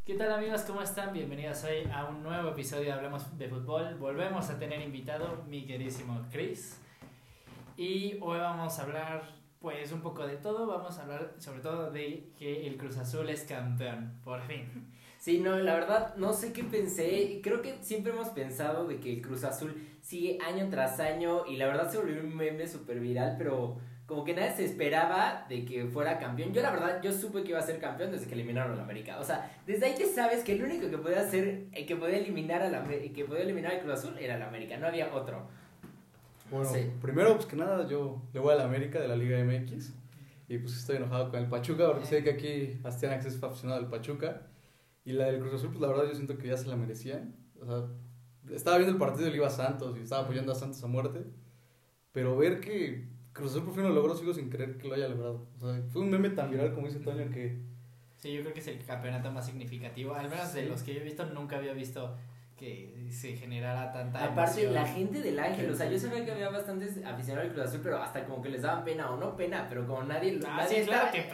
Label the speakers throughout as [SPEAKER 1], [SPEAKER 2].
[SPEAKER 1] ¿Qué tal amigos? ¿Cómo están? Bienvenidos hoy a un nuevo episodio de Hablemos de Fútbol. Volvemos a tener invitado mi queridísimo Chris. Y hoy vamos a hablar pues un poco de todo. Vamos a hablar sobre todo de que el Cruz Azul es campeón, por fin.
[SPEAKER 2] Sí, no, la verdad no sé qué pensé, creo que siempre hemos pensado de que el Cruz Azul sigue año tras año y la verdad se volvió un meme súper viral, pero como que nadie se esperaba de que fuera campeón. Yo la verdad, yo supe que iba a ser campeón desde que eliminaron al América, o sea, desde ahí te sabes que el único que podía hacer, que podía eliminar que podía eliminar al Cruz Azul era el América, no había otro.
[SPEAKER 3] Bueno,
[SPEAKER 2] Sí.
[SPEAKER 3] primero, pues que nada, yo le voy a la América de la Liga MX y pues estoy enojado con el Pachuca porque sé que aquí Bastián es aficionado del Pachuca y la del Cruz Azul, pues la verdad yo siento que ya se la merecían. O sea, estaba viendo el partido y le iba a Santos y estaba apoyando a Santos a muerte, pero ver que Cruz Azul por fin lo logró, sigo sin creer que lo haya logrado. O sea, fue un meme tan viral como dice Toño que...
[SPEAKER 1] Sí, yo creo que es el campeonato más significativo. Al menos de los que yo he visto, nunca había visto que se generara tanta
[SPEAKER 2] Aparte,
[SPEAKER 1] emoción.
[SPEAKER 2] la gente del Ángel, o sea, yo sabía que había bastantes aficionados al Cruz Azul, pero hasta como que les daban pena, o no pena, pero como nadie...
[SPEAKER 1] Sí, claro, qué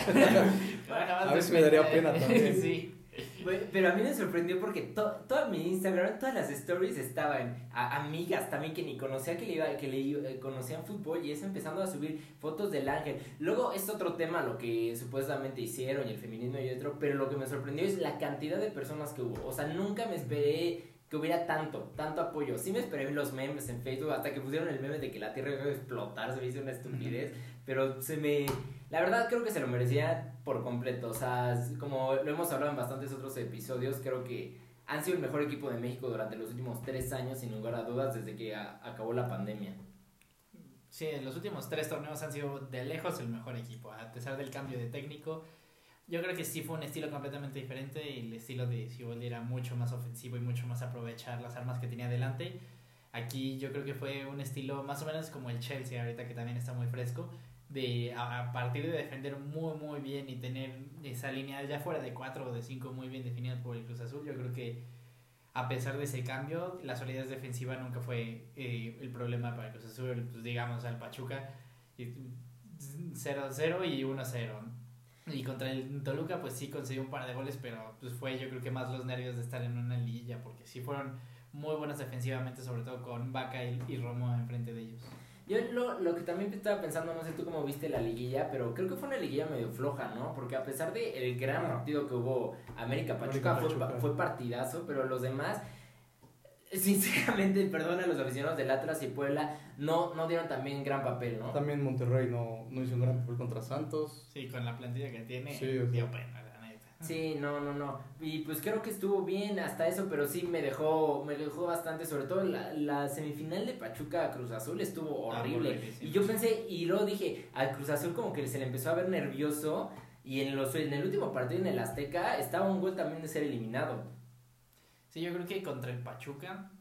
[SPEAKER 1] pena.
[SPEAKER 3] A veces me daría pena también.
[SPEAKER 1] Sí.
[SPEAKER 2] Pero a mí me sorprendió porque toda mi Instagram, todas las stories estaban amigas también que ni conocía conocían fútbol y es empezando a subir fotos del Ángel. Luego es otro tema lo que supuestamente hicieron y el feminismo y otro, pero lo que me sorprendió es la cantidad de personas que hubo. O sea, nunca me esperé que hubiera tanto apoyo. Sí me esperé en los memes en Facebook hasta que pusieron el meme de que la tierra iba a explotar, se me hizo una estupidez, pero la verdad creo que se lo merecía por completo. O sea, como lo hemos hablado en bastantes otros episodios, creo que han sido el mejor equipo de México durante los últimos 3 años, sin lugar a dudas, desde que acabó la pandemia.
[SPEAKER 1] Sí, en los últimos 3 torneos han sido de lejos el mejor equipo, a pesar del cambio de técnico. Yo creo que sí fue un estilo completamente diferente. El estilo de Siboldi era mucho más ofensivo y mucho más aprovechar las armas que tenía delante. Aquí yo creo que fue un estilo más o menos como el Chelsea ahorita, que también está muy fresco, de a partir de defender muy bien y tener esa línea ya fuera de 4 o de 5 muy bien definida por el Cruz Azul. Yo creo que a pesar de ese cambio, la solidez defensiva nunca fue el problema para el Cruz Azul. Pues digamos al Pachuca 0-0 y 1-0. Y contra el Toluca pues sí consiguió un par de goles, pero pues fue yo creo que más los nervios de estar en una liguilla, porque sí fueron muy buenos defensivamente, sobre todo con Vaca y Romo enfrente de ellos.
[SPEAKER 2] Yo lo que también estaba pensando, no sé tú cómo viste la liguilla, pero creo que fue una liguilla medio floja, ¿no? Porque a pesar de el gran partido que hubo América-Pachuca, fue partidazo, pero los demás, sinceramente, perdón a los aficionados del Atlas y Puebla, no dieron también gran papel, ¿no?
[SPEAKER 3] También Monterrey no hizo un gran papel contra Santos.
[SPEAKER 1] Sí, con la plantilla que tiene,
[SPEAKER 3] Sí,
[SPEAKER 1] dio pena, la neta.
[SPEAKER 2] Sí, no. Y pues creo que estuvo bien hasta eso, pero sí me dejó bastante, sobre todo la semifinal de Pachuca Cruz Azul estuvo horrible. Y yo pensé, y luego dije, al Cruz Azul como que se le empezó a ver nervioso, y en el último partido en el Azteca estaba un gol también de ser eliminado.
[SPEAKER 1] Sí, yo creo que contra el Pachuca,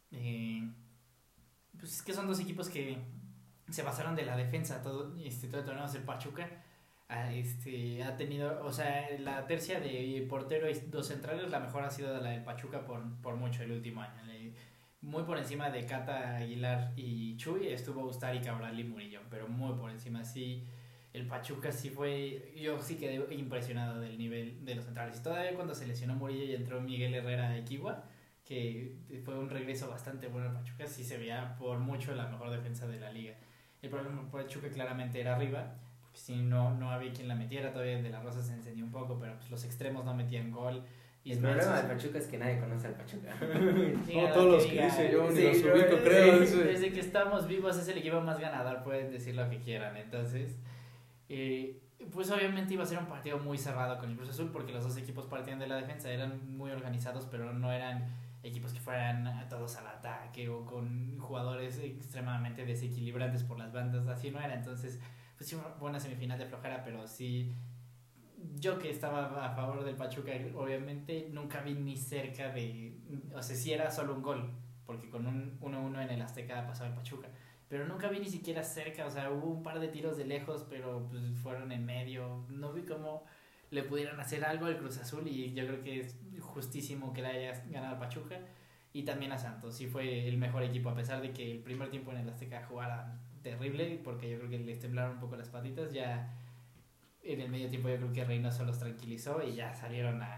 [SPEAKER 1] pues es que son dos equipos que se basaron de la defensa todo el torneo. El Pachuca ha tenido, o sea, la tercia de portero y dos centrales, la mejor ha sido la del Pachuca por mucho el último año. Muy por encima de Cata, Aguilar y Chuy estuvo Ustari, Cabral y Murillo, pero muy por encima. Sí, el Pachuca sí fue, yo sí quedé impresionado del nivel de los centrales. Y todavía cuando se lesionó Murillo y entró Miguel Herrera a Equigua, que fue un regreso bastante bueno al Pachuca, sí se veía por mucho la mejor defensa de la liga. El problema por Pachuca claramente era arriba, porque si no había quien la metiera. Todavía de la Rosa se encendió un poco, pero pues los extremos no metían gol.
[SPEAKER 2] El problema del Pachuca es que nadie conoce al Pachuca.
[SPEAKER 3] Todos los que dice yo ni los ubico, creo.
[SPEAKER 1] Desde que estamos vivos es el equipo más ganador, pueden decir lo que quieran. Entonces, pues obviamente iba a ser un partido muy cerrado con el Cruz Azul, porque los dos equipos partían de la defensa, eran muy organizados, pero no eran equipos que fueran todos al ataque o con jugadores extremadamente desequilibrantes por las bandas, así no era. Entonces, pues sí, fue una semifinal de flojera, pero sí, yo que estaba a favor del Pachuca, obviamente nunca vi ni cerca de, o sea, si era solo un gol, porque con un 1-1 en el Azteca pasaba el Pachuca, pero nunca vi ni siquiera cerca. O sea, hubo un par de tiros de lejos, pero pues fueron en medio. No vi cómo le pudieran hacer algo al Cruz Azul, y yo creo que es justísimo que le haya ganado al Pachuca y también a Santos. Sí fue el mejor equipo, a pesar de que el primer tiempo en el Azteca jugaran terrible, porque yo creo que les temblaron un poco las patitas. Ya en el medio tiempo yo creo que Reynoso los tranquilizó y ya salieron a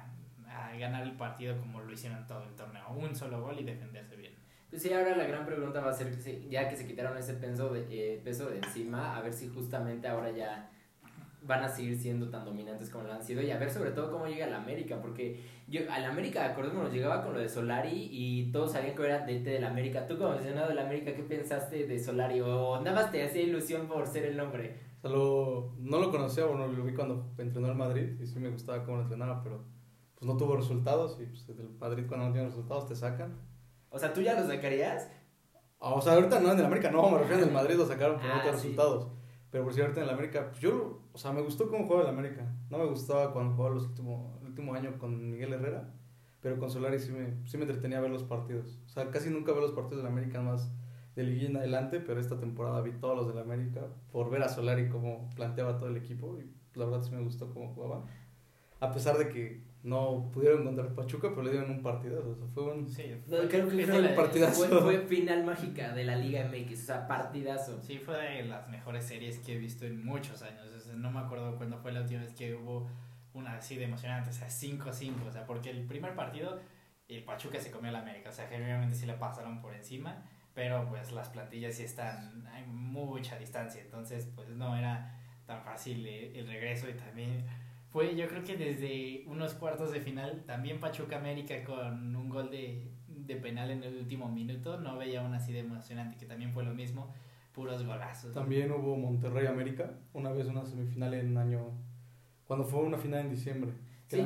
[SPEAKER 1] a ganar el partido como lo hicieron todo el torneo, un solo gol y defenderse bien.
[SPEAKER 2] Pues sí, ahora la gran pregunta va a ser, ya que se quitaron ese peso de encima, a ver si justamente ahora ya van a seguir siendo tan dominantes como lo han sido y a ver sobre todo cómo llega el América, porque al América, acordémonos, llegaba con lo de Solari y todos sabían que era DT del América. Tú como aficionado del América, ¿qué pensaste de Solari? ¿O nada más te hacía ilusión por ser el nombre?
[SPEAKER 3] O sea, no lo conocía, bueno, lo vi cuando entrenó el Madrid y sí me gustaba cómo lo entrenaba, pero pues no tuvo resultados y pues el Madrid cuando no tiene resultados te sacan.
[SPEAKER 2] O sea, ¿tú ya lo sacarías?
[SPEAKER 3] O sea, ahorita no en el América, no, me refiero en el Madrid lo sacaron por no tener
[SPEAKER 2] sí.
[SPEAKER 3] resultados. Pero por si ahorita en el América, pues o sea, me gustó cómo jugaba el América. No me gustaba cuando jugaba el último año con Miguel Herrera, pero con Solari sí me entretenía ver los partidos. O sea, casi nunca veo los partidos del América más de liguilla en adelante, pero esta temporada vi todos los del América por ver a Solari cómo planteaba todo el equipo y la verdad sí me gustó cómo jugaba. A pesar de que no pudieron encontrar Pachuca, pero le dieron un partidazo. O sea, fue un,
[SPEAKER 2] creo que
[SPEAKER 3] fue un partidazo.
[SPEAKER 2] Fue final mágica de la Liga MX, o sea, partidazo.
[SPEAKER 1] Sí, fue de las mejores series que he visto en muchos años. O sea, no me acuerdo cuándo fue la última vez que hubo una así de emocionante, o sea, 5-5. O sea, porque el primer partido, el Pachuca se comió al América. O sea, generalmente sí le pasaron por encima, pero pues las plantillas sí están, hay mucha distancia. Entonces, pues no era tan fácil el regreso y también. Fue, yo creo que desde unos cuartos de final, también Pachuca América con un gol de penal en el último minuto, no veía una así de emocionante, que también fue lo mismo, puros golazos.
[SPEAKER 3] También hubo Monterrey América, una vez una semifinal en un año, cuando fue una final en diciembre.
[SPEAKER 2] Sí,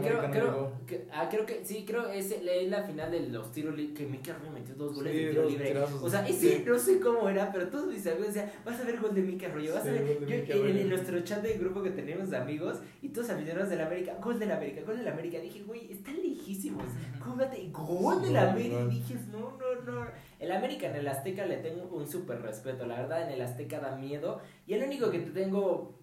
[SPEAKER 2] creo que sí, creo es la final de los tiros libres, que Mikel Arroyo metió 2 goles de tiro libre. O sea, ese no sé cómo era, pero todos mis amigos decían, vas a ver gol de Mikel Arroyo, vas a ver. Yo en nuestro chat de grupo que teníamos de amigos y todos aficionados del América, gol del América, gol del América. Dije, güey, están lejísimos. Gol del América. Y dije, no. El América en el Azteca le tengo un súper respeto, la verdad, en el Azteca da miedo. Y el único que te tengo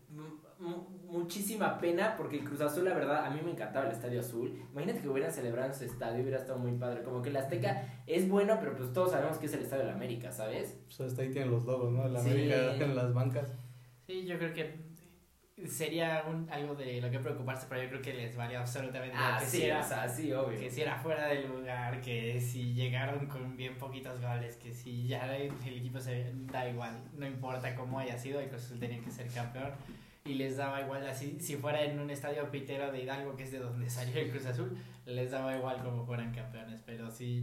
[SPEAKER 2] muchísima pena, porque el Cruz Azul, la verdad, a mí me encantaba el Estadio Azul. Imagínate que hubieran celebrado en su estadio, hubiera estado muy padre. Como que el Azteca es bueno, pero pues todos sabemos que es el Estadio de la América, ¿sabes?
[SPEAKER 3] Pues hasta ahí tienen los logos, ¿no? La América en las bancas.
[SPEAKER 1] Sí, yo creo que sería algo de lo que preocuparse, pero yo creo que les valía absolutamente
[SPEAKER 2] que sí, era, o sea, sí, obvio.
[SPEAKER 1] Que si era fuera del lugar, que si llegaron con bien poquitos goles, que si ya el equipo se da igual, no importa cómo haya sido, el Cruz Azul tenía que ser campeón. Y les daba igual, así si fuera en un estadio pitero de Hidalgo, que es de donde salió el Cruz Azul, les daba igual como fueran campeones, pero sí,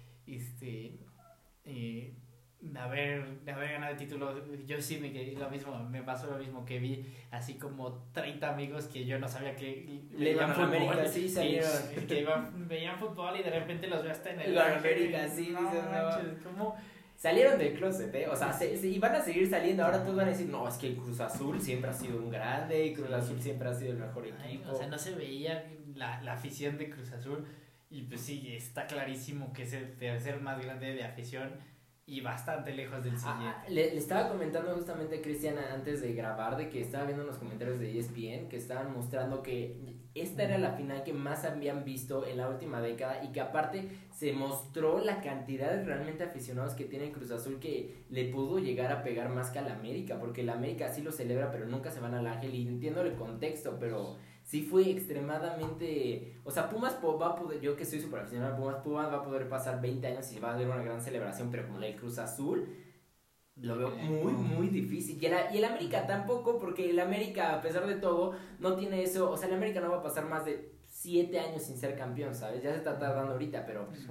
[SPEAKER 1] de haber ganado el título, yo sí me pasó lo mismo, que vi así como 30 amigos que yo no sabía que
[SPEAKER 2] iban a América, sí, salieron.
[SPEAKER 1] Que veían fútbol y de repente los veo hasta en el
[SPEAKER 2] América, sí,
[SPEAKER 1] no,
[SPEAKER 2] dices,
[SPEAKER 1] manches, ¿cómo?
[SPEAKER 2] Salieron del closet, o sea, y van a seguir saliendo. Ahora todos van a decir, no, es que el Cruz Azul siempre ha sido un grande, y Cruz Azul siempre ha sido el mejor equipo.
[SPEAKER 1] O sea, no se veía la afición de Cruz Azul, y pues sí, está clarísimo que es el tercer más grande de afición y bastante lejos del siguiente.
[SPEAKER 2] Le estaba comentando justamente a Cristian antes de grabar, de que estaba viendo unos comentarios de ESPN que estaban mostrando que esta era la final que más habían visto en la última década, y que aparte se mostró la cantidad de realmente aficionados que tiene Cruz Azul, que le pudo llegar a pegar más que al América, porque el América sí lo celebra pero nunca se van al Ángel, y entiendo el contexto, pero sí fue extremadamente, o sea, Pumas va a poder, yo que soy súper aficionado a Pumas va a poder pasar 20 años y va a haber una gran celebración, pero como el Cruz Azul lo veo muy difícil. Y el América tampoco, porque el América, a pesar de todo, no tiene eso. O sea, el América no va a pasar más de 7 años sin ser campeón, ¿sabes? Ya se está tardando ahorita,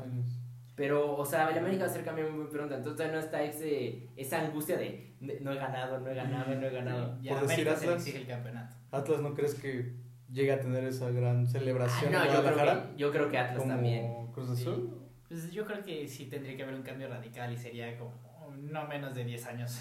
[SPEAKER 2] pero, o sea, el América va a ser campeón muy pronto. Entonces no está esa angustia de no he ganado.
[SPEAKER 1] Y a América se le exige el campeonato.
[SPEAKER 3] ¿Atlas no crees que llega a tener esa gran celebración?
[SPEAKER 2] No, yo creo que Atlas también.
[SPEAKER 3] ¿Cruz Azul?
[SPEAKER 1] Sí. Pues yo creo que sí tendría que haber un cambio radical, y sería como no menos de 10 años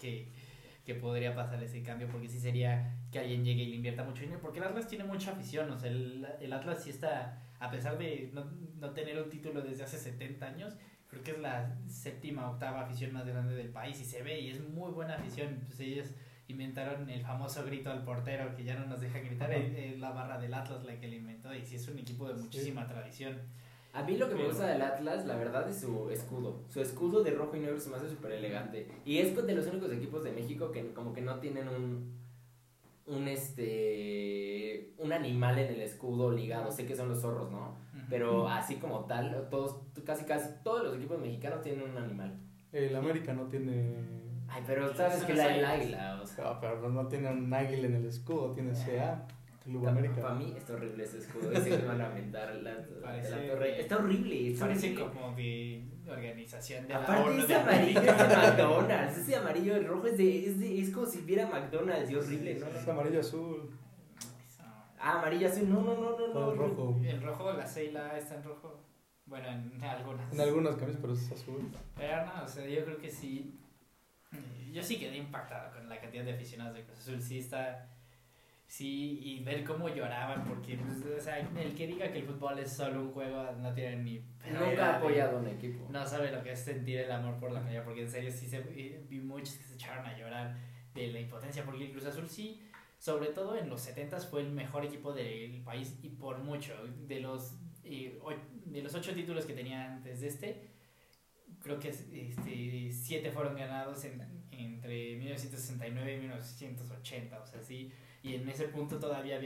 [SPEAKER 1] que podría pasar ese cambio, porque sí sería que alguien llegue y le invierta mucho dinero, porque el Atlas tiene mucha afición. O sea, el Atlas sí está, a pesar de no tener un título desde hace 70 años, creo que es la 7ª, 8ª afición más grande del país, y se ve, y es muy buena afición. Pues ellos inventaron el famoso grito al portero, que ya no nos deja gritar, la barra del Atlas la que le inventó, y sí es un equipo de muchísima tradición.
[SPEAKER 2] A mí lo que me gusta del Atlas, la verdad, es su escudo. Su escudo de rojo y negro se me hace súper elegante. Y es de los únicos equipos de México que como que no tienen un animal en el escudo ligado. Sé que son los zorros, ¿no? Pero así como tal, casi todos los equipos mexicanos tienen un animal.
[SPEAKER 3] El América no tiene...
[SPEAKER 2] Ay, pero sabes que el águila, o sea.
[SPEAKER 3] Pero no tiene un águila en el escudo, tiene CA, Club América.
[SPEAKER 2] Para mí está horrible ese escudo, ese que van a aventar la torre. Está horrible.
[SPEAKER 1] Parece como de organización de
[SPEAKER 2] aparte
[SPEAKER 1] la
[SPEAKER 2] ese amarillo es de McDonald's, ese amarillo y rojo es como si viera McDonald's y horrible, ¿no?
[SPEAKER 3] Es amarillo azul.
[SPEAKER 2] Amarillo azul, no.
[SPEAKER 3] El rojo.
[SPEAKER 1] El rojo, la C y la A está en rojo. Bueno, en algunas.
[SPEAKER 3] En algunas camisas, pero es azul.
[SPEAKER 1] Pero no, o sea, yo creo que sí. Yo sí quedé impactado con la cantidad de aficionados de Cruz Azul. Sí, y ver cómo lloraban, porque, pues, o sea, el que diga que el fútbol es solo un juego no tiene ni...
[SPEAKER 2] Nunca ha apoyado a un equipo.
[SPEAKER 1] No sabe lo que es sentir el amor por la playa, porque en serio sí vi muchos que se echaron a llorar de la impotencia, porque el Cruz Azul sí, sobre todo en los 70s, fue el mejor equipo del país y por mucho. De los 8 títulos que tenía antes de creo que 7 fueron ganados entre 1969 y 1980, o sea, sí. Y en ese punto todavía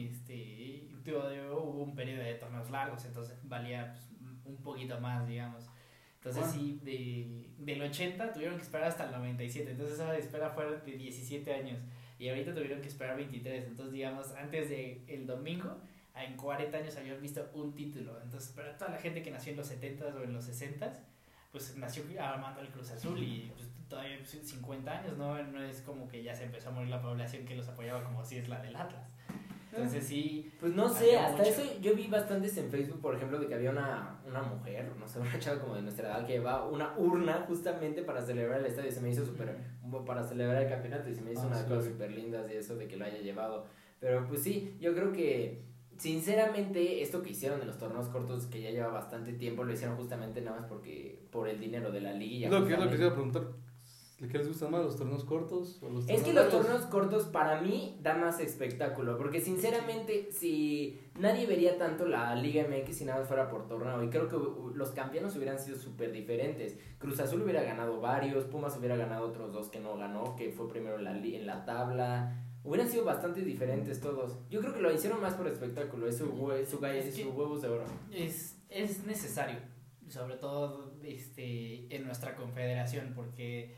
[SPEAKER 1] hubo un periodo de torneos largos, entonces valía pues, un poquito más, digamos. Entonces sí, del 80 tuvieron que esperar hasta el 97, entonces esa espera fue de 17 años. Y ahorita tuvieron que esperar 23, entonces digamos, antes del domingo, en 40 años habían visto un título. Entonces, para toda la gente que nació en los 70s o en los 60s, pues nació amando el Cruz Azul y pues, todavía 50 años, ¿no? No es como que ya se empezó a morir la población que los apoyaba como si es la del Atlas. Entonces sí...
[SPEAKER 2] Pues no sé, hasta mucho. Eso yo vi bastantes en Facebook, por ejemplo, de que había una mujer, no sé, una chava como de nuestra edad que llevaba una urna justamente para celebrar el estadio y se me hizo súper... para celebrar el campeonato y se me hizo una cosa súper linda de eso, de que lo haya llevado. Pero pues sí, yo creo que... Sinceramente, esto que hicieron en los torneos cortos, que ya lleva bastante tiempo, lo hicieron justamente nada más por el dinero de la liga.
[SPEAKER 3] Lo que te iba a preguntar, ¿qué les gustan más, los torneos cortos o los torneos
[SPEAKER 2] Es que los torneos cortos para mí da más espectáculo, porque sinceramente si nadie vería tanto la Liga MX si nada más fuera por torneo, y creo que los campeones hubieran sido súper diferentes. Cruz Azul hubiera ganado varios, Pumas hubiera ganado otros 2 que no ganó, que fue primero en la tabla. Hubieran sido bastante diferentes todos. Yo creo que lo hicieron más por espectáculo. Es su huevos de oro.
[SPEAKER 1] Es necesario, sobre todo en nuestra confederación, porque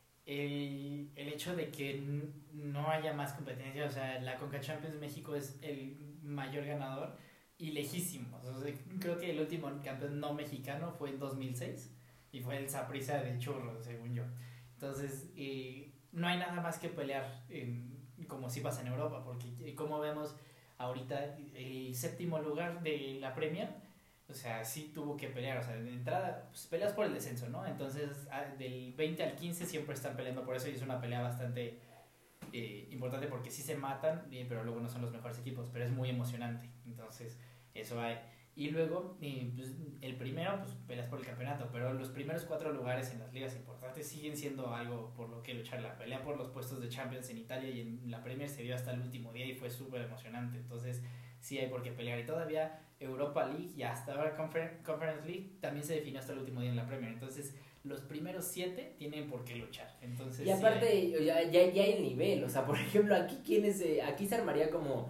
[SPEAKER 1] el hecho de que no haya más competencia, o sea, la Conca Champions México es el mayor ganador y lejísimos. O sea, creo que el último campeón no mexicano fue en 2006 y fue el Saprissa de Churro, según yo. Entonces, no hay nada más que pelear como si pasa en Europa, porque como vemos ahorita el 7º lugar de la Premier, o sea, sí tuvo que pelear, o sea, de entrada pues, peleas por el descenso, ¿no? Entonces del 20 al 15 siempre están peleando por eso y es una pelea bastante importante porque sí se matan, pero luego no son los mejores equipos, pero es muy emocionante, entonces eso hay. Y luego, pues, el primero, pues peleas por el campeonato, pero los primeros 4 lugares en las ligas importantes siguen siendo algo por lo que luchar. La pelea por los puestos de Champions en Italia y en la Premier se dio hasta el último día y fue súper emocionante. Entonces, sí hay por qué pelear. Y todavía Europa League y hasta ahora Conference League también se definió hasta el último día en la Premier. Entonces, los primeros 7 tienen por qué luchar. Entonces,
[SPEAKER 2] y aparte, sí ya hay el nivel. O sea, por ejemplo, aquí se armaría como...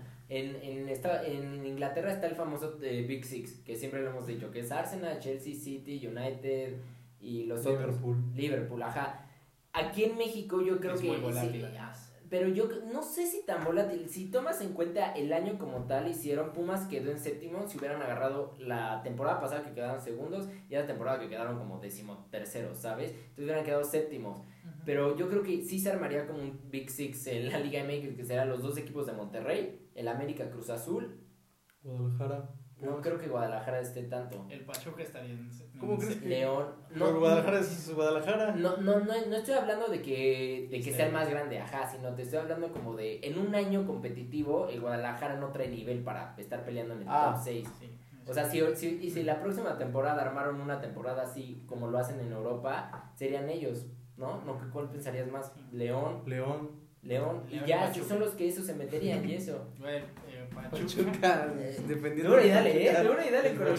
[SPEAKER 2] En Inglaterra está el famoso Big Six, que siempre lo hemos dicho, que es Arsenal, Chelsea, City, United y los otros. Liverpool, ajá. Aquí en México yo creo que...
[SPEAKER 1] Muy volátil,
[SPEAKER 2] pero yo no sé si tan volátil. Si tomas en cuenta el año como tal, hicieron Pumas quedó en 7º, si hubieran agarrado la temporada pasada que quedaron segundos y la temporada que quedaron como 13º, ¿sabes? Entonces hubieran quedado 7º. Pero yo creo que sí se armaría como un Big Six en la Liga MX, que serán los 2 equipos de Monterrey, el América, Cruz Azul.
[SPEAKER 3] Guadalajara.
[SPEAKER 2] No creo que Guadalajara esté tanto.
[SPEAKER 1] El Pachuca estaría en...
[SPEAKER 3] ¿Cómo crees que?
[SPEAKER 2] León.
[SPEAKER 3] No, Guadalajara es Guadalajara.
[SPEAKER 2] No estoy hablando de que sea el más grande, ajá, sino te estoy hablando como de en un año competitivo, el Guadalajara no trae nivel para estar peleando en el top 6. Sí. O sea, si la próxima temporada armaron una temporada así como lo hacen en Europa, serían ellos, ¿no? ¿Cuál pensarías más? León. Y ya, Pachuca. Son los que eso se meterían y eso.
[SPEAKER 1] Bueno,
[SPEAKER 3] Pachuca, dependiendo.
[SPEAKER 2] Duro y dale, con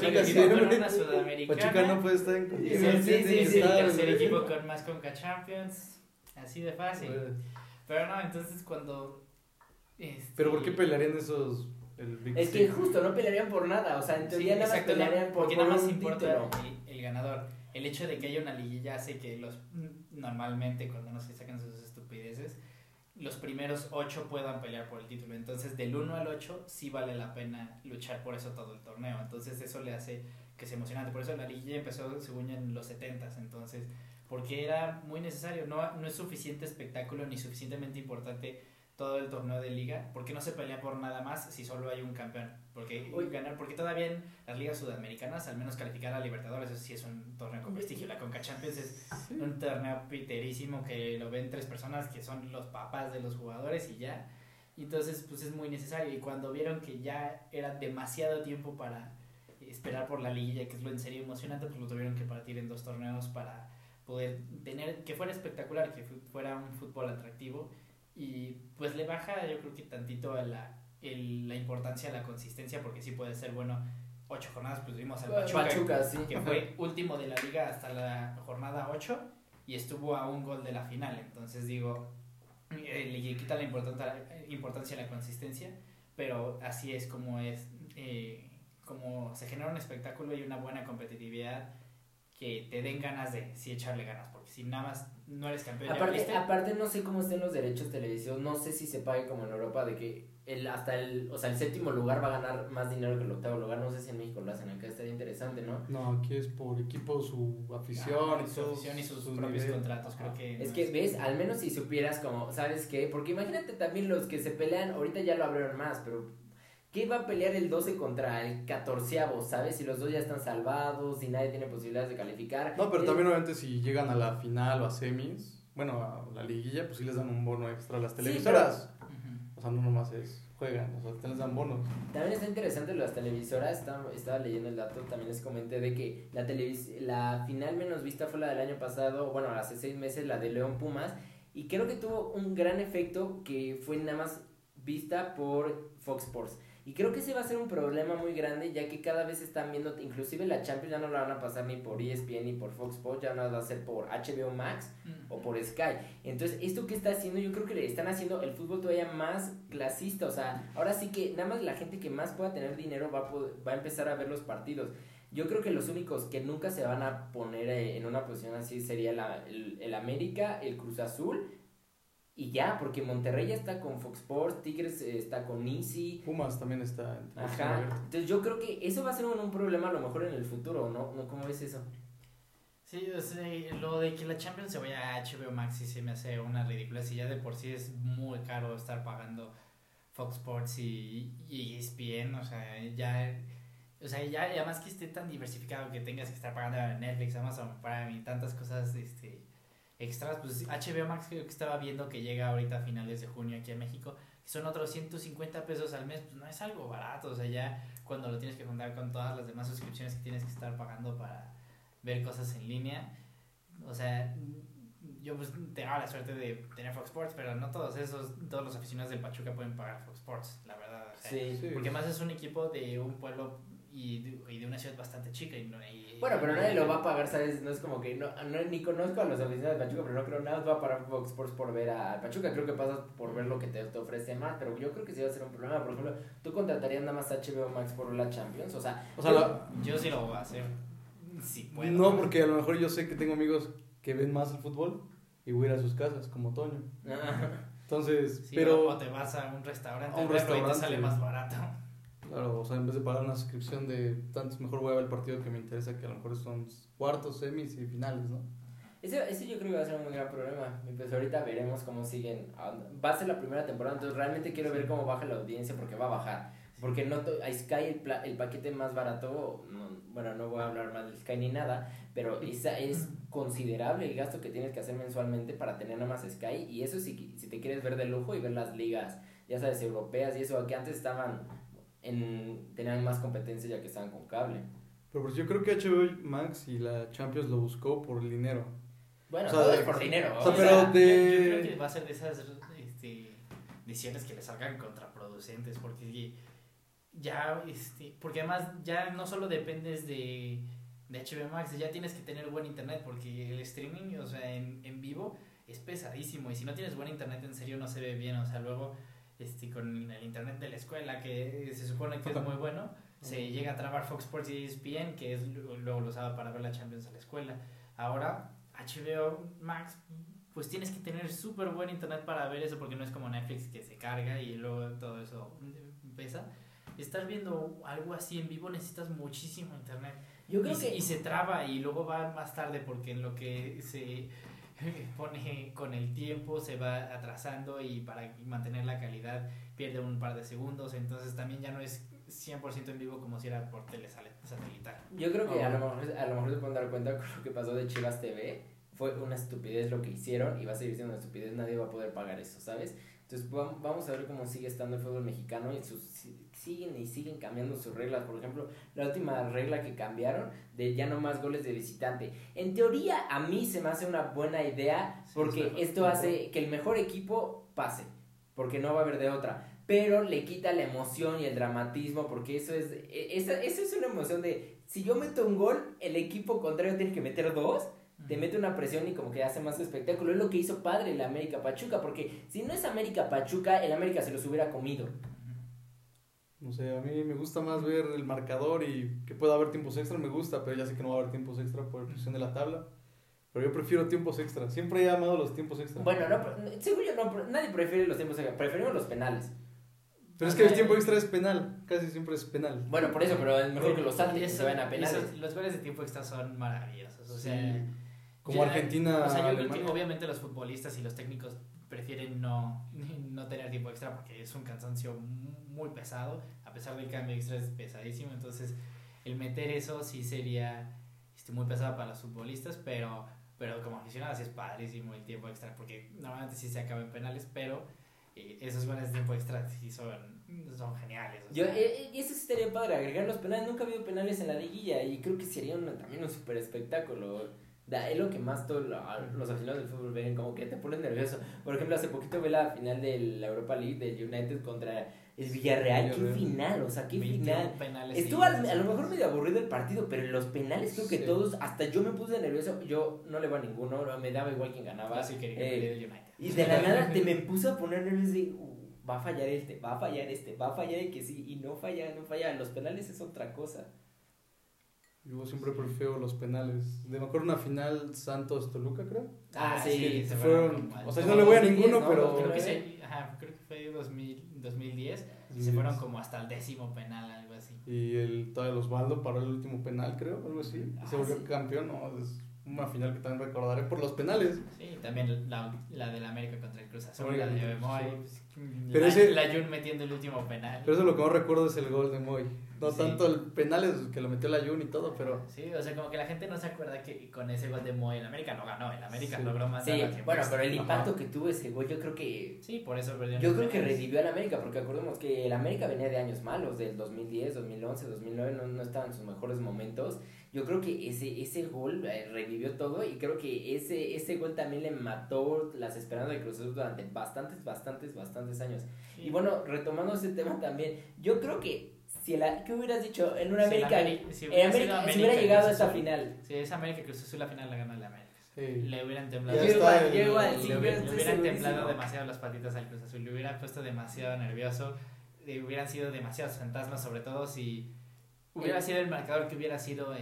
[SPEAKER 3] Pachuca no puede estar en
[SPEAKER 1] sí, el tercer equipo con más Conca Champions, así de fácil. Pero no, entonces cuando
[SPEAKER 3] Pero ¿por qué pelearían esos?
[SPEAKER 2] Es que justo no pelearían por nada, o sea, en teoría nada más pelearían
[SPEAKER 1] porque
[SPEAKER 2] por
[SPEAKER 1] nada más
[SPEAKER 2] un
[SPEAKER 1] importa
[SPEAKER 2] título.
[SPEAKER 1] el ganador. El hecho de que haya una liguilla hace que normalmente cuando no se sacan sus estupideces, los primeros 8 puedan pelear por el título. Entonces del 1 al 8 sí vale la pena luchar por eso todo el torneo. Entonces eso le hace que sea emocionante. Por eso la liguilla empezó según en los 70s. Entonces, porque era muy necesario. No es suficiente espectáculo ni suficientemente importante todo el torneo de liga, porque no se pelea por nada más si solo hay un campeón, porque todavía en las ligas sudamericanas, al menos calificar a Libertadores, eso sí es un torneo con prestigio. La Conca Champions es un torneo piterísimo que lo ven 3 personas que son los papás de los jugadores y ya, y entonces pues es muy necesario. Y cuando vieron que ya era demasiado tiempo para esperar por la liguilla, que es lo en serio emocionante, pues lo tuvieron que partir en 2 torneos para poder tener, que fuera espectacular, que fuera un fútbol atractivo. Y pues le baja, yo creo que tantito a la importancia a la consistencia, porque sí puede ser bueno 8 jornadas. Pues vimos al Pachuca
[SPEAKER 2] sí,
[SPEAKER 1] que fue último de la liga hasta la jornada 8 y estuvo a un gol de la final. Entonces digo, le quita la importancia a la consistencia, pero así es como como se genera un espectáculo y una buena competitividad que te den ganas de sí echarle ganas, porque si nada más no eres campeón.
[SPEAKER 2] Aparte no sé cómo estén los derechos de televisión, no sé si se pague como en Europa, de que el 7º lugar va a ganar más dinero que el 8º lugar. No sé si en México lo hacen, acá estaría interesante, ¿no?
[SPEAKER 3] No, aquí es por equipo, su afición
[SPEAKER 1] y sus propios contratos, creo que...
[SPEAKER 2] Es que, ¿ves? Al menos si supieras como, ¿sabes qué? Porque imagínate también los que se pelean, ahorita ya lo abrieron más, pero ¿qué va a pelear el 12 contra el 14º, sabes? Si los dos ya están salvados, si nadie tiene posibilidades de calificar.
[SPEAKER 3] No, pero también obviamente si llegan a la final o a semis, bueno, a la liguilla, pues sí les dan un bono extra a las televisoras.
[SPEAKER 2] Sí, pero...
[SPEAKER 3] O sea, no nomás juegan, o sea, te les dan bonos.
[SPEAKER 2] También está interesante las televisoras, estaba leyendo el dato, también les comenté de que la final menos vista fue la del año pasado, bueno, hace 6 meses, la de León Pumas, y creo que tuvo un gran efecto que fue nada más vista por Fox Sports. Y creo que ese va a ser un problema muy grande, ya que cada vez están viendo, inclusive la Champions ya no la van a pasar ni por ESPN ni por Fox Sports, ya no va a ser por HBO Max o por Sky. Entonces, esto que está haciendo, yo creo que le están haciendo el fútbol todavía más clasista. O sea, ahora sí que nada más la gente que más pueda tener dinero va a empezar a ver los partidos. Yo creo que los únicos que nunca se van a poner en una posición así sería el América, el Cruz Azul. Y ya, porque Monterrey ya está con Fox Sports, Tigres está con Easy.
[SPEAKER 3] Pumas también está en
[SPEAKER 2] Ajá. Entonces yo creo que eso va a ser un problema a lo mejor en el futuro, ¿no? ¿Cómo ves eso?
[SPEAKER 1] Sí, o sea, lo de que la Champions se vaya a HBO Max sí se me hace una ridícula. Si ya de por sí es muy caro estar pagando Fox Sports y ESPN, o sea, ya además que esté tan diversificado que tengas que estar pagando Netflix, Amazon Prime y tantas cosas extras, pues HBO Max creo que estaba viendo que llega ahorita a finales de junio aquí a México, que son otros 150 pesos al mes, pues no es algo barato. O sea, ya cuando lo tienes que juntar con todas las demás suscripciones que tienes que estar pagando para ver cosas en línea, o sea, yo pues tengo la suerte de tener Fox Sports, pero no todos los aficionados del Pachuca pueden pagar Fox Sports, la verdad. O sea,
[SPEAKER 2] sí.
[SPEAKER 1] Porque más es un equipo de un pueblo y de una ciudad bastante chica.
[SPEAKER 2] Bueno, pero nadie lo va a pagar, ¿sabes? No es como que, no ni conozco a los aficionados de Pachuca, pero no creo nada va a pagar Fox Sports por ver a Pachuca. Creo que pasas por ver lo que te ofrece más, pero yo creo que sí va a ser un problema. Por ejemplo, ¿tú contratarías nada más HBO Max por la Champions? O sea
[SPEAKER 1] yo sí lo voy a hacer. Sí puedo.
[SPEAKER 3] No, porque a lo mejor yo sé que tengo amigos que ven más el fútbol y voy a ir a sus casas, como Toño. Entonces,
[SPEAKER 1] sí,
[SPEAKER 3] pero...
[SPEAKER 1] O te vas a un restaurante y te sale más barato.
[SPEAKER 3] Claro, o sea, en vez de pagar una suscripción de tantos, mejor voy a ver el partido que me interesa, que a lo mejor son cuartos, semis y finales, ¿no?
[SPEAKER 2] Ese yo creo que va a ser un muy gran problema. Y pues ahorita veremos cómo siguen. Va a ser la primera temporada, entonces realmente quiero ver cómo baja la audiencia, porque va a bajar. Porque no a Sky el paquete más barato, no voy a hablar más del Sky ni nada, pero es considerable el gasto que tienes que hacer mensualmente para tener nada más Sky. Y eso si te quieres ver de lujo y ver las ligas, ya sabes, europeas y eso, que antes tenían más competencia ya que estaban con cable.
[SPEAKER 3] Pero pues yo creo que HBO Max y la Champions lo buscó por el dinero.
[SPEAKER 2] Bueno, todo es por dinero.
[SPEAKER 3] Pero
[SPEAKER 1] yo creo que va a ser de esas decisiones que le salgan contraproducentes, porque ya porque además ya no solo dependes de HBO Max, ya tienes que tener buen internet, porque el streaming, o sea, en vivo es pesadísimo, y si no tienes buen internet en serio no se ve bien. O sea, luego con el internet de la escuela, que se supone que es muy bueno, se llega a trabar Fox Sports y ESPN, que luego lo usaba para ver la Champions a la escuela. Ahora, HBO Max, pues tienes que tener súper buen internet para ver eso, porque no es como Netflix que se carga y luego todo eso pesa. Estar viendo algo así en vivo necesitas muchísimo internet.
[SPEAKER 2] Yo creo que...
[SPEAKER 1] Y se traba y luego va más tarde porque en lo que se pone con el tiempo se va atrasando y para mantener la calidad pierde un par de segundos, entonces también ya no es 100% en vivo como si era por satelital.
[SPEAKER 2] Yo creo que a lo mejor se pueden dar cuenta con lo que pasó de Chivas TV. Fue una estupidez lo que hicieron y va a seguir siendo una estupidez, nadie va a poder pagar eso, ¿sabes? Entonces vamos a ver cómo sigue estando el fútbol mexicano y siguen cambiando sus reglas. Por ejemplo, la última regla que cambiaron de ya no más goles de visitante. En teoría a mí se me hace una buena idea porque esto hace que el mejor equipo pase, porque no va a haber de otra. Pero le quita la emoción y el dramatismo, porque eso es una emoción de, si yo meto un gol, el equipo contrario tiene que meter 2, te mete una presión y como que hace más espectáculo. Es lo que hizo padre el América Pachuca, porque si no es América Pachuca, el América se los hubiera comido.
[SPEAKER 3] No sé, a mí me gusta más ver el marcador y que pueda haber tiempos extra, me gusta, pero ya sé que no va a haber tiempos extra por posición de la tabla. Pero yo prefiero tiempos extra, siempre he amado los tiempos extra.
[SPEAKER 2] Bueno, según yo nadie prefiere los tiempos extra, preferimos los penales.
[SPEAKER 3] Pero es que el tiempo extra es penal, casi siempre es penal.
[SPEAKER 2] Bueno, por eso, pero es mejor que los antes se vayan a penales.
[SPEAKER 1] Los goles de tiempo extra son maravillosos, o sea...
[SPEAKER 3] Sí. Como Argentina,
[SPEAKER 1] o sea, yo
[SPEAKER 3] Alemania.
[SPEAKER 1] creo que obviamente los futbolistas y los técnicos prefieren no tener tiempo extra porque es un cansancio muy pesado, a pesar del cambio extra es pesadísimo, entonces el meter eso sí sería muy pesado para los futbolistas, pero como aficionados sí es padrísimo el tiempo extra, porque normalmente sí se acaba en penales, pero esos goles de tiempo extra sí son geniales. O sea.
[SPEAKER 2] Y eso sí estaría padre, agregar los penales. Nunca ha habido penales en la liguilla y creo que sería también un super espectáculo. Es lo que más todos los aficionados del fútbol ven, como que te pones nervioso. Por ejemplo, hace poquito ve la final de la Europa League del United contra el Villarreal. Qué final, o sea, qué final. Estuvo a lo mejor medio aburrido el partido, pero en los penales creo que todos, hasta yo me puse nervioso. Yo no le voy a ninguno, me daba igual quién ganaba.
[SPEAKER 1] Así que el United.
[SPEAKER 2] Y de la nada me puse a poner nervioso y va a fallar va a fallar va a fallar el que sí, y no falla. Los penales es otra cosa.
[SPEAKER 3] Yo siempre prefiero los penales. Me acuerdo una final Santos-Toluca, creo.
[SPEAKER 2] Sí,
[SPEAKER 3] se fueron. O sea, yo no le voy a ninguno, pero.
[SPEAKER 1] Creo que fue 2010. Y se fueron como hasta el 10º penal, algo así.
[SPEAKER 3] Y todavía Osvaldo paró el último penal, creo, algo así. Y se volvió campeón, ¿no? Es una final que también recordaré por los penales.
[SPEAKER 1] Sí, también la del América contra el Cruz Azul, la de Moy.
[SPEAKER 3] Pero
[SPEAKER 1] la Jun metiendo el último penal.
[SPEAKER 3] Pero eso lo que no recuerdo es el gol de Moy. No
[SPEAKER 1] Sí.
[SPEAKER 3] tanto el penal es que lo metió la Jun y todo, pero...
[SPEAKER 1] Sí, o sea, como que la gente no se acuerda que con ese gol de Moy el América no ganó, el América logró más.
[SPEAKER 2] Sí, bueno, pero el impacto que tuvo ese gol, yo creo que...
[SPEAKER 1] Sí, por eso perdió.
[SPEAKER 2] Yo creo que revivió al América, porque acordemos que el América venía de años malos, del 2010, 2011, 2009, no estaban en sus mejores momentos. Yo creo que ese gol revivió todo y creo que ese gol también le mató las esperanzas de Cruz Azul durante bastantes años. Sí. Y bueno, retomando ese tema también, yo creo que ¿qué hubieras dicho en una América? Si hubiera llegado a esta final.
[SPEAKER 1] Si es América Cruz Azul, la final la gana el América.
[SPEAKER 3] Sí.
[SPEAKER 1] Le hubieran temblado.
[SPEAKER 2] Le
[SPEAKER 1] hubieran temblado demasiado las patitas al Cruz Azul, le hubieran puesto demasiado nervioso, le hubieran sido demasiados fantasmas, sobre todo si hubiera sido el marcador que hubiera sido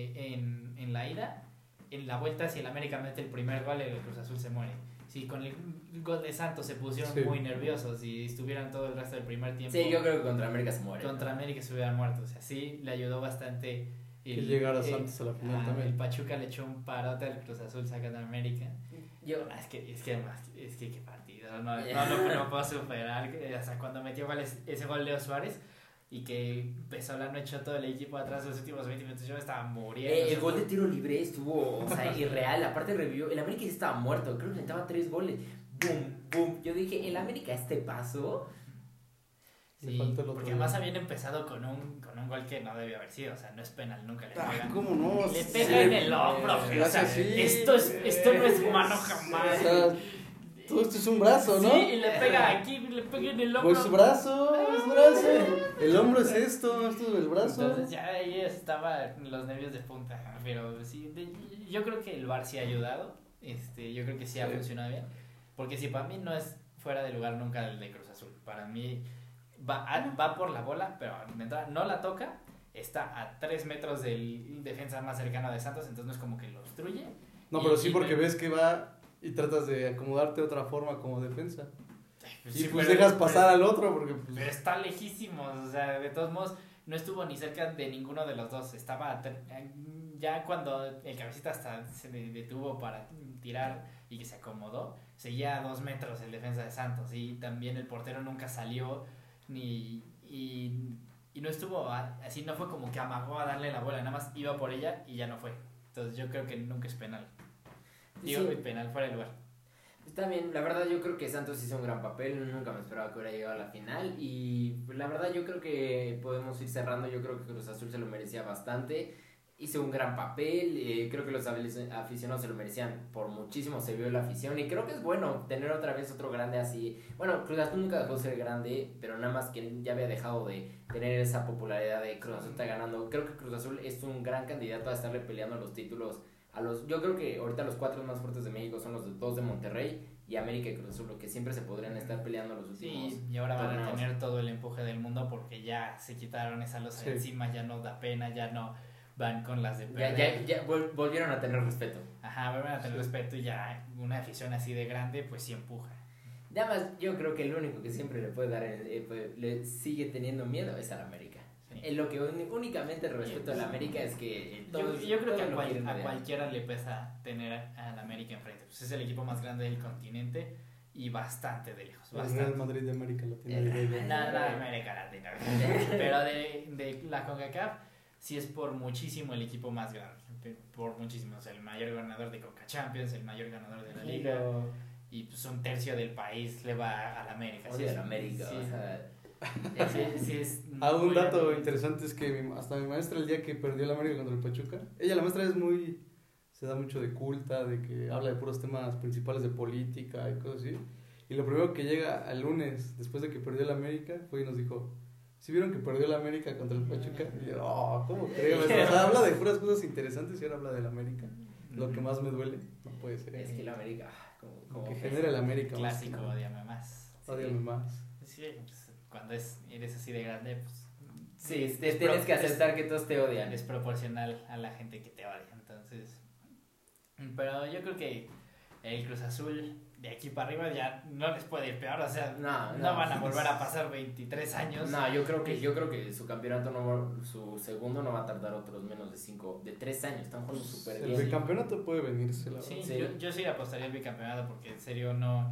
[SPEAKER 1] en la ida. En la vuelta, si el América mete el primer gol, el Cruz Azul se muere. Si con el gol de Santos se pusieron muy nerviosos y estuvieran todo el resto del primer tiempo.
[SPEAKER 2] Sí, yo creo que contra América se muere.
[SPEAKER 1] Contra América se hubieran muerto. O sea, sí, le ayudó bastante.
[SPEAKER 3] Que llegara Santos a la final también.
[SPEAKER 1] El Pachuca le echó un parote al Cruz Azul sacando a América. Es que qué partido. No puedo superar. O sea, cuando metió ese gol Leo Suárez. Y que Pesolano echó todo el equipo atrás de los últimos 20 minutos. Yo estaba muriendo.
[SPEAKER 2] El gol de tiro libre estuvo, o sea, irreal. Aparte revivió. El América ya estaba muerto. Creo que necesitaba 3 goles. Boom. Yo dije, el América a este paso.
[SPEAKER 1] Sí, porque además habían empezado con un gol que no debió haber sido. O sea, no es penal, nunca le pega.
[SPEAKER 3] ¿Cómo no?
[SPEAKER 1] Le pega en el hombro. O sea, esto no es mano jamás.
[SPEAKER 3] O sea, todo esto es un brazo, ¿no?
[SPEAKER 1] Sí, y le pega aquí, le pega en el hombro.
[SPEAKER 3] Pues su brazo. El hombro es esto es el brazo.
[SPEAKER 1] Entonces ya ahí estaba los nervios de punta. Pero sí, yo creo que el VAR sí ha ayudado. Yo creo que sí ha funcionado bien. Porque si para mí no es fuera de lugar nunca el de Cruz Azul. Para mí va por la bola, pero de entrada no la toca. Está a 3 metros del defensa más cercano de Santos, entonces no es como que lo obstruye.
[SPEAKER 3] No, pero sí porque ves que va y tratas de acomodarte de otra forma como defensa. Y
[SPEAKER 1] Sí,
[SPEAKER 3] pues
[SPEAKER 1] pero-
[SPEAKER 3] dejas pasar al otro porque pues,
[SPEAKER 1] Pero está lejísimos, o sea, de todos modos no estuvo ni cerca de ninguno de los dos. Estaba ya cuando el cabecita hasta se detuvo para tirar y que se acomodó, seguía a 2 metros el defensa de Santos y también el portero nunca salió y no estuvo así, no fue como que amagó a darle la bola, nada más iba por ella y ya no fue. Entonces yo creo que nunca es penal. Digo,
[SPEAKER 2] Sí.
[SPEAKER 1] penal fuera de lugar.
[SPEAKER 2] Está bien, la verdad yo creo que Santos hizo un gran papel, nunca me esperaba que hubiera llegado a la final y pues, la verdad yo creo que podemos ir cerrando, yo creo que Cruz Azul se lo merecía bastante, hizo un gran papel, creo que los aficionados se lo merecían por muchísimo, se vio la afición y creo que es bueno tener otra vez otro grande así, bueno, Cruz Azul nunca dejó de ser grande, pero nada más que ya había dejado de tener esa popularidad de Cruz Azul está ganando, creo que Cruz Azul es un gran candidato a estarle peleando los títulos. Yo creo que ahorita los 4 más fuertes de México son los dos de Monterrey y América y Cruz Azul, lo que siempre se podrían estar peleando los últimos.
[SPEAKER 1] Sí, y ahora van a
[SPEAKER 2] torneos.
[SPEAKER 1] tener todo el empuje del mundo porque ya se quitaron esa losa
[SPEAKER 3] Sí.
[SPEAKER 1] encima, ya no da pena, ya no van con las de
[SPEAKER 2] Ya,
[SPEAKER 1] perder.
[SPEAKER 2] ya volvieron a tener respeto.
[SPEAKER 1] Ajá, vuelven a tener respeto y ya una afición así de grande pues sí empuja.
[SPEAKER 2] Además, yo creo que el único que siempre le puede dar, le sigue teniendo miedo es al América.
[SPEAKER 1] Sí.
[SPEAKER 2] En lo que únicamente respeto al América es que
[SPEAKER 1] Yo creo que
[SPEAKER 2] todos lo
[SPEAKER 1] a
[SPEAKER 2] quieren odiar.
[SPEAKER 1] cualquiera le pesa tener al América enfrente. Pues es el equipo más grande del continente y bastante de lejos.
[SPEAKER 3] el Real
[SPEAKER 1] Bastante.
[SPEAKER 3] Madrid de América Latina.
[SPEAKER 2] El
[SPEAKER 3] diría yo.
[SPEAKER 2] Real
[SPEAKER 1] No, América Latina. Pero de la CONCACAF sí es por muchísimo el equipo más grande. Por muchísimo. O sea, el mayor ganador de Conca Champions, el mayor ganador de la liga. Y pues un tercio del país le va al América.
[SPEAKER 2] Odio al América,
[SPEAKER 1] Sí,
[SPEAKER 2] o sea,
[SPEAKER 1] sí es
[SPEAKER 3] Un
[SPEAKER 1] muy
[SPEAKER 3] dato
[SPEAKER 1] grande.
[SPEAKER 3] interesante es que hasta mi maestra el día que perdió el América contra el Pachuca, ella la maestra es muy, se da mucho de culta, de que habla de puros temas principales de política y cosas así. Y lo primero que llega al lunes, después de que perdió el América, fue y nos dijo, ¿sí vieron que perdió el América contra el Pachuca? Y yo, ¿cómo creo? O sea, habla de puras cosas interesantes y ahora habla del América. Lo que más me duele, no puede ser.
[SPEAKER 2] es que el América, como
[SPEAKER 3] que genera el América. más que
[SPEAKER 1] Clásico,
[SPEAKER 3] nada.
[SPEAKER 1] odiame más.
[SPEAKER 3] Ódiame más.
[SPEAKER 1] Sí, pues, cuando eres así de grande, pues
[SPEAKER 2] sí,
[SPEAKER 1] es
[SPEAKER 2] tienes
[SPEAKER 1] pro-
[SPEAKER 2] que aceptar que todos te odian.
[SPEAKER 1] es proporcional a la gente que te odia. Entonces, pero yo creo que el Cruz Azul de aquí para arriba ya no les puede ir peor. O sea,
[SPEAKER 2] No,
[SPEAKER 1] no van a volver a pasar 23 años.
[SPEAKER 2] No, yo creo que su campeonato su segundo no va a tardar otros menos de 3 años. Están jugando súper
[SPEAKER 3] El
[SPEAKER 2] bien.
[SPEAKER 3] bicampeonato puede venirse, la verdad.
[SPEAKER 1] Sí,
[SPEAKER 2] Sí.
[SPEAKER 1] yo sí le apostaría al bicampeonato porque en serio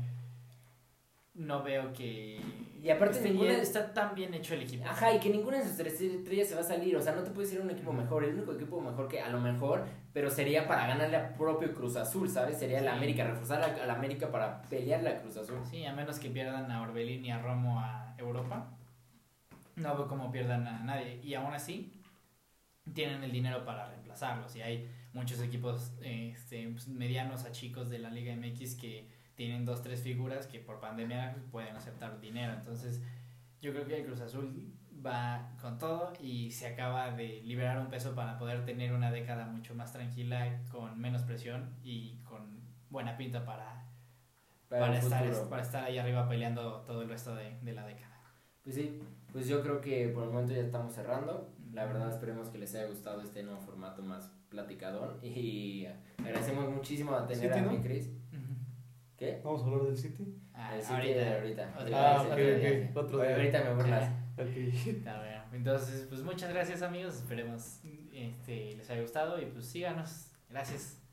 [SPEAKER 1] no veo que...
[SPEAKER 2] Y aparte
[SPEAKER 1] está tan bien hecho el equipo.
[SPEAKER 2] Ajá, y que ninguna de sus 3 estrellas se va a salir. O sea, no te puedes ir a un equipo mejor. El único equipo mejor que a lo mejor, pero sería para ganarle a propio Cruz Azul, ¿sabes? Sería la
[SPEAKER 1] Sí.
[SPEAKER 2] América, reforzar a la América para pelearle a Cruz Azul.
[SPEAKER 1] Sí, a menos que pierdan a Orbelín y a Romo a Europa. No veo cómo pierdan a nadie. Y aún así, tienen el dinero para reemplazarlos. Y hay muchos equipos pues, medianos a chicos de la Liga MX que tienen 2-3 figuras que por pandemia pueden aceptar dinero. Entonces, yo creo que el Cruz Azul va con todo y se acaba de liberar un peso para poder tener una década mucho más tranquila, con menos presión y con buena pinta para
[SPEAKER 2] Para el
[SPEAKER 1] estar,
[SPEAKER 2] futuro.
[SPEAKER 1] para estar ahí arriba peleando todo el resto de la década.
[SPEAKER 2] Pues sí, pues yo creo que por el momento ya estamos cerrando. La verdad esperemos que les haya gustado este nuevo formato más platicador. Y agradecemos muchísimo a tener
[SPEAKER 3] Sí,
[SPEAKER 2] a
[SPEAKER 3] ¿no?
[SPEAKER 2] mi Chris. ¿Qué?
[SPEAKER 3] Vamos a hablar del City.
[SPEAKER 1] Ah,
[SPEAKER 2] El sitio de ahorita.
[SPEAKER 1] Otra
[SPEAKER 3] ok,
[SPEAKER 1] vez.
[SPEAKER 3] ok. Otro día.
[SPEAKER 2] Ahorita me burlas.
[SPEAKER 3] Ok.
[SPEAKER 1] Está bien. Entonces, pues muchas gracias amigos, esperemos les haya gustado y pues síganos. Gracias.